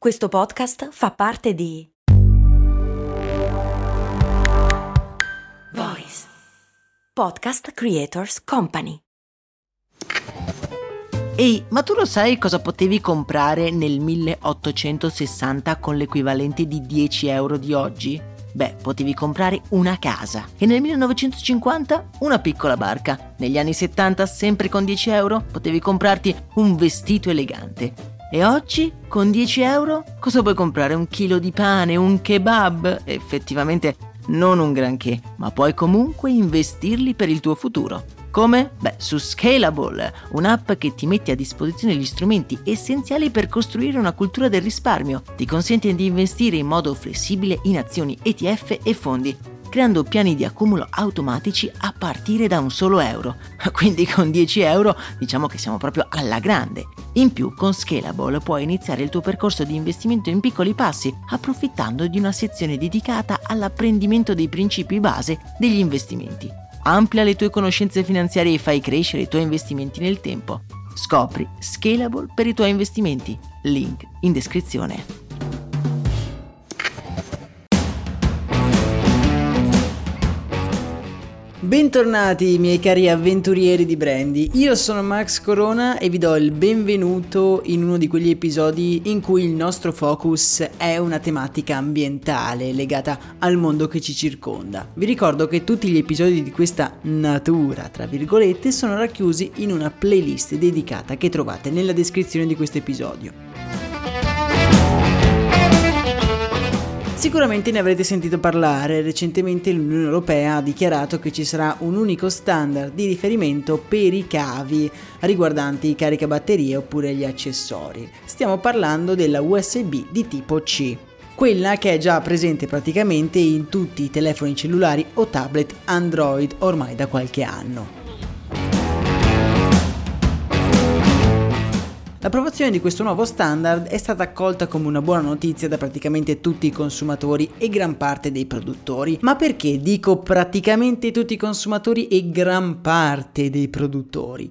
Questo podcast fa parte di Voice Podcast Creators Company. Ehi, ma tu lo sai cosa potevi comprare nel 1860 con l'equivalente di 10 euro di oggi? Beh, potevi comprare una casa e nel 1950 una piccola barca. Negli anni 70, sempre con 10 euro, potevi comprarti un vestito elegante. E oggi, con 10 euro, cosa puoi comprare? Un chilo di pane, un kebab? Effettivamente non un granché, ma puoi comunque investirli per il tuo futuro. Come? Beh, su Scalable, un'app che ti mette a disposizione gli strumenti essenziali per costruire una cultura del risparmio. Ti consente di investire in modo flessibile in azioni, ETF e fondi, creando piani di accumulo automatici a partire da un solo euro. Quindi con 10 euro diciamo che siamo proprio alla grande. In più, con Scalable puoi iniziare il tuo percorso di investimento in piccoli passi, approfittando di una sezione dedicata all'apprendimento dei principi base degli investimenti. Amplia le tue conoscenze finanziarie e fai crescere i tuoi investimenti nel tempo. Scopri Scalable per i tuoi investimenti. Link in descrizione. Bentornati miei cari avventurieri di Brandy, io sono Max Corona e vi do il benvenuto in uno di quegli episodi in cui il nostro focus è una tematica ambientale legata al mondo che ci circonda. Vi ricordo che tutti gli episodi di questa natura, tra virgolette, sono racchiusi in una playlist dedicata che trovate nella descrizione di questo episodio. Sicuramente ne avrete sentito parlare, recentemente l'Unione Europea ha dichiarato che ci sarà un unico standard di riferimento per i cavi riguardanti i caricabatterie oppure gli accessori. Stiamo parlando della USB di tipo C, quella che è già presente praticamente in tutti i telefoni cellulari o tablet Android ormai da qualche anno. L'approvazione di questo nuovo standard è stata accolta come una buona notizia da praticamente tutti i consumatori e gran parte dei produttori. Ma perché dico praticamente tutti i consumatori e gran parte dei produttori?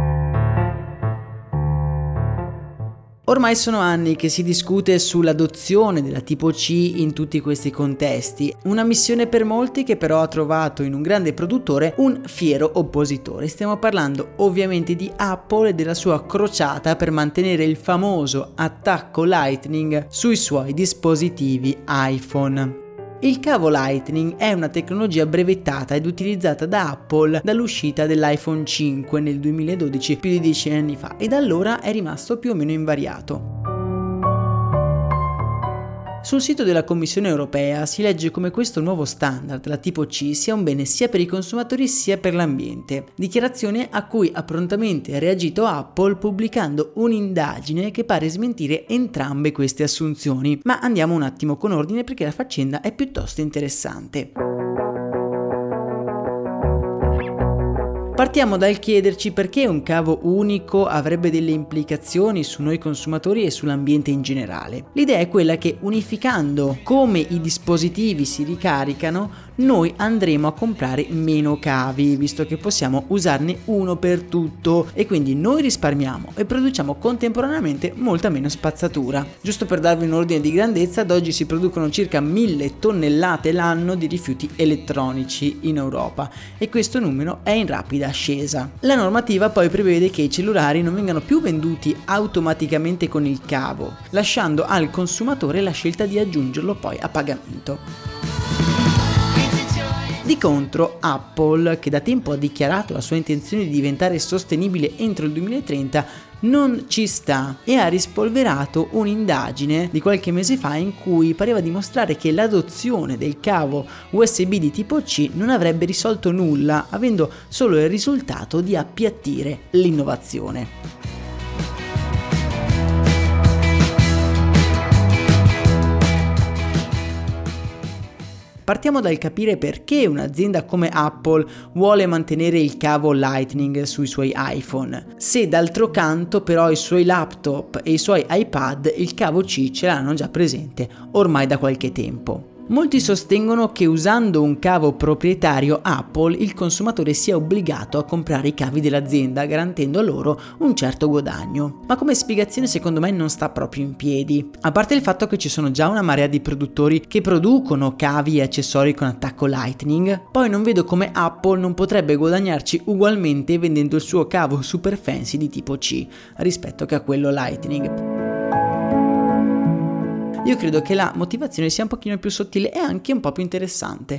Ormai sono anni che si discute sull'adozione della tipo C in tutti questi contesti, una missione per molti che però ha trovato in un grande produttore un fiero oppositore. Stiamo parlando ovviamente di Apple e della sua crociata per mantenere il famoso attacco Lightning sui suoi dispositivi iPhone. Il cavo Lightning è una tecnologia brevettata ed utilizzata da Apple dall'uscita dell'iPhone 5 nel 2012, più di 10 anni fa, e da allora è rimasto più o meno invariato. Sul sito della Commissione Europea si legge come questo nuovo standard, la tipo C, sia un bene sia per i consumatori sia per l'ambiente, dichiarazione a cui ha prontamente reagito Apple pubblicando un'indagine che pare smentire entrambe queste assunzioni. Ma andiamo un attimo con ordine perché la faccenda è piuttosto interessante. Partiamo dal chiederci perché un cavo unico avrebbe delle implicazioni su noi consumatori e sull'ambiente in generale. L'idea è quella che unificando come i dispositivi si ricaricano, noi andremo a comprare meno cavi, visto che possiamo usarne uno per tutto e quindi noi risparmiamo e produciamo contemporaneamente molta meno spazzatura. Giusto per darvi un ordine di grandezza, ad oggi si producono circa 1000 tonnellate l'anno di rifiuti elettronici in Europa e questo numero è in rapida ascesa. La normativa poi prevede che i cellulari non vengano più venduti automaticamente con il cavo, lasciando al consumatore la scelta di aggiungerlo poi a pagamento. Di contro, Apple, che da tempo ha dichiarato la sua intenzione di diventare sostenibile entro il 2030, non ci sta e ha rispolverato un'indagine di qualche mese fa in cui pareva dimostrare che l'adozione del cavo USB di tipo C non avrebbe risolto nulla, avendo solo il risultato di appiattire l'innovazione. Partiamo dal capire perché un'azienda come Apple vuole mantenere il cavo Lightning sui suoi iPhone, se d'altro canto però i suoi laptop e i suoi iPad il cavo C ce l'hanno già presente ormai da qualche tempo. Molti sostengono che usando un cavo proprietario Apple il consumatore sia obbligato a comprare i cavi dell'azienda, garantendo loro un certo guadagno. Ma come spiegazione secondo me non sta proprio in piedi. A parte il fatto che ci sono già una marea di produttori che producono cavi e accessori con attacco Lightning, poi non vedo come Apple non potrebbe guadagnarci ugualmente vendendo il suo cavo super fancy di tipo C rispetto che a quello Lightning. Io credo che la motivazione sia un pochino più sottile e anche un po' più interessante.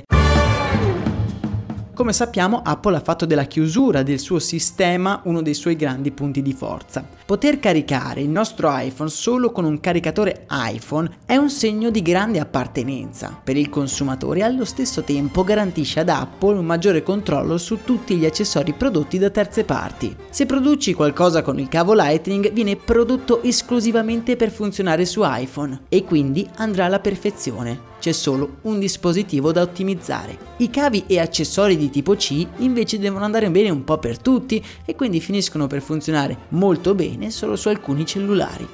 Come sappiamo, Apple ha fatto della chiusura del suo sistema uno dei suoi grandi punti di forza. Poter caricare il nostro iPhone solo con un caricatore iPhone è un segno di grande appartenenza per il consumatore e allo stesso tempo garantisce ad Apple un maggiore controllo su tutti gli accessori prodotti da terze parti. Se produci qualcosa con il cavo Lightning, viene prodotto esclusivamente per funzionare su iPhone e quindi andrà alla perfezione. C'è solo un dispositivo da ottimizzare. I cavi e accessori di tipo C invece devono andare bene un po' per tutti e quindi finiscono per funzionare molto bene solo su alcuni cellulari.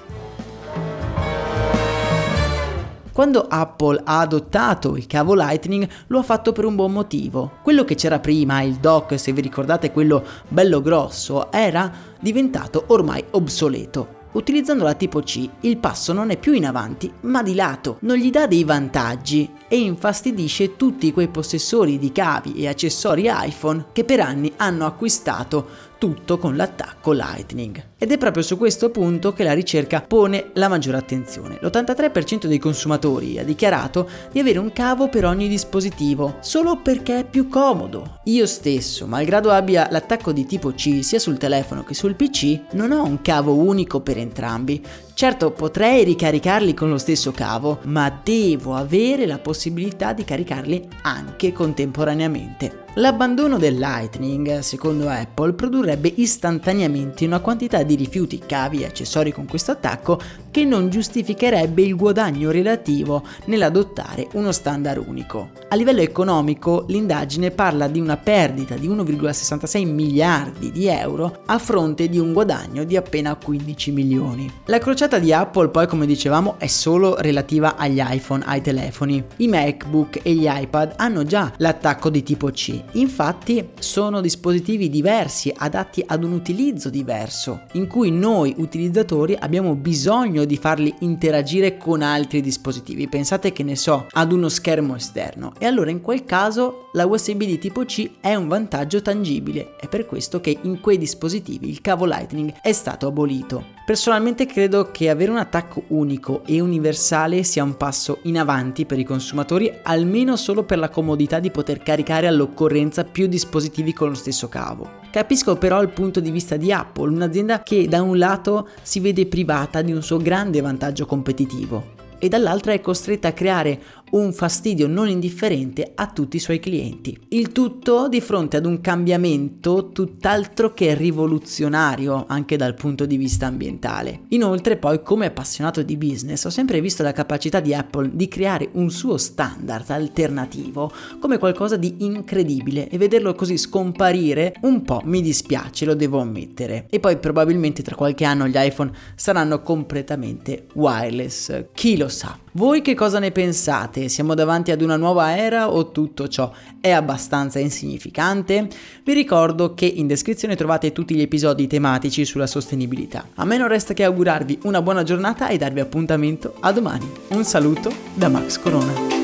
Quando Apple ha adottato il cavo Lightning lo ha fatto per un buon motivo. Quello che c'era prima, il dock, se vi ricordate quello bello grosso, era diventato ormai obsoleto. Utilizzando la tipo C il passo non è più in avanti ma di lato, non gli dà dei vantaggi e infastidisce tutti quei possessori di cavi e accessori iPhone che per anni hanno acquistato tutto con l'attacco Lightning. Ed è proprio su questo punto che la ricerca pone la maggiore attenzione. L'83% dei consumatori ha dichiarato di avere un cavo per ogni dispositivo, solo perché è più comodo. Io stesso, malgrado abbia l'attacco di tipo C sia sul telefono che sul PC, non ho un cavo unico per entrambi. Certo, potrei ricaricarli con lo stesso cavo, ma devo avere la possibilità di caricarli anche contemporaneamente. L'abbandono del Lightning, secondo Apple, produrrebbe istantaneamente una quantità di rifiuti, cavi e accessori con questo attacco che non giustificherebbe il guadagno relativo nell'adottare uno standard unico. A livello economico, l'indagine parla di una perdita di 1,66 miliardi di euro a fronte di un guadagno di appena 15 milioni. La crociata di Apple, poi, come dicevamo, è solo relativa agli iPhone, ai telefoni. I MacBook e gli iPad hanno già l'attacco di tipo C. Infatti sono dispositivi diversi, adatti ad un utilizzo diverso, in cui noi utilizzatori abbiamo bisogno di farli interagire con altri dispositivi. Pensate, che ne so, ad uno schermo esterno, e allora in quel caso la USB di tipo C è un vantaggio tangibile. È per questo che in quei dispositivi il cavo Lightning è stato abolito. Personalmente credo che avere un attacco unico e universale sia un passo in avanti per i consumatori, almeno solo per la comodità di poter caricare all'occorrenza più dispositivi con lo stesso cavo. Capisco però il punto di vista di Apple, un'azienda che da un lato si vede privata di un suo grande vantaggio competitivo e dall'altra è costretta a creare un fastidio non indifferente a tutti i suoi clienti. Il tutto di fronte ad un cambiamento tutt'altro che rivoluzionario anche dal punto di vista ambientale. Inoltre, poi, come appassionato di business, ho sempre visto la capacità di Apple di creare un suo standard alternativo come qualcosa di incredibile, e vederlo così scomparire un po' mi dispiace, lo devo ammettere. E poi probabilmente tra qualche anno gli iPhone saranno completamente wireless, chi lo sa. Voi che cosa ne pensate? Siamo davanti ad una nuova era o tutto ciò è abbastanza insignificante? Vi ricordo che in descrizione trovate tutti gli episodi tematici sulla sostenibilità. A me non resta che augurarvi una buona giornata e darvi appuntamento a domani. Un saluto da Max Corona.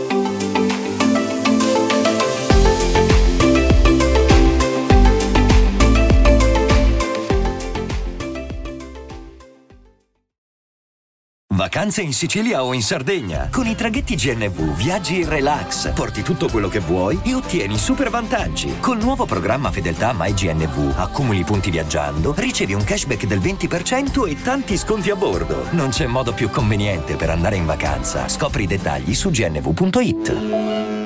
Vacanze in Sicilia o in Sardegna. Con i traghetti GNV viaggi in relax, porti tutto quello che vuoi e ottieni super vantaggi. Col nuovo programma Fedeltà MyGNV accumuli punti viaggiando, ricevi un cashback del 20% e tanti sconti a bordo. Non c'è modo più conveniente per andare in vacanza. Scopri i dettagli su gnv.it.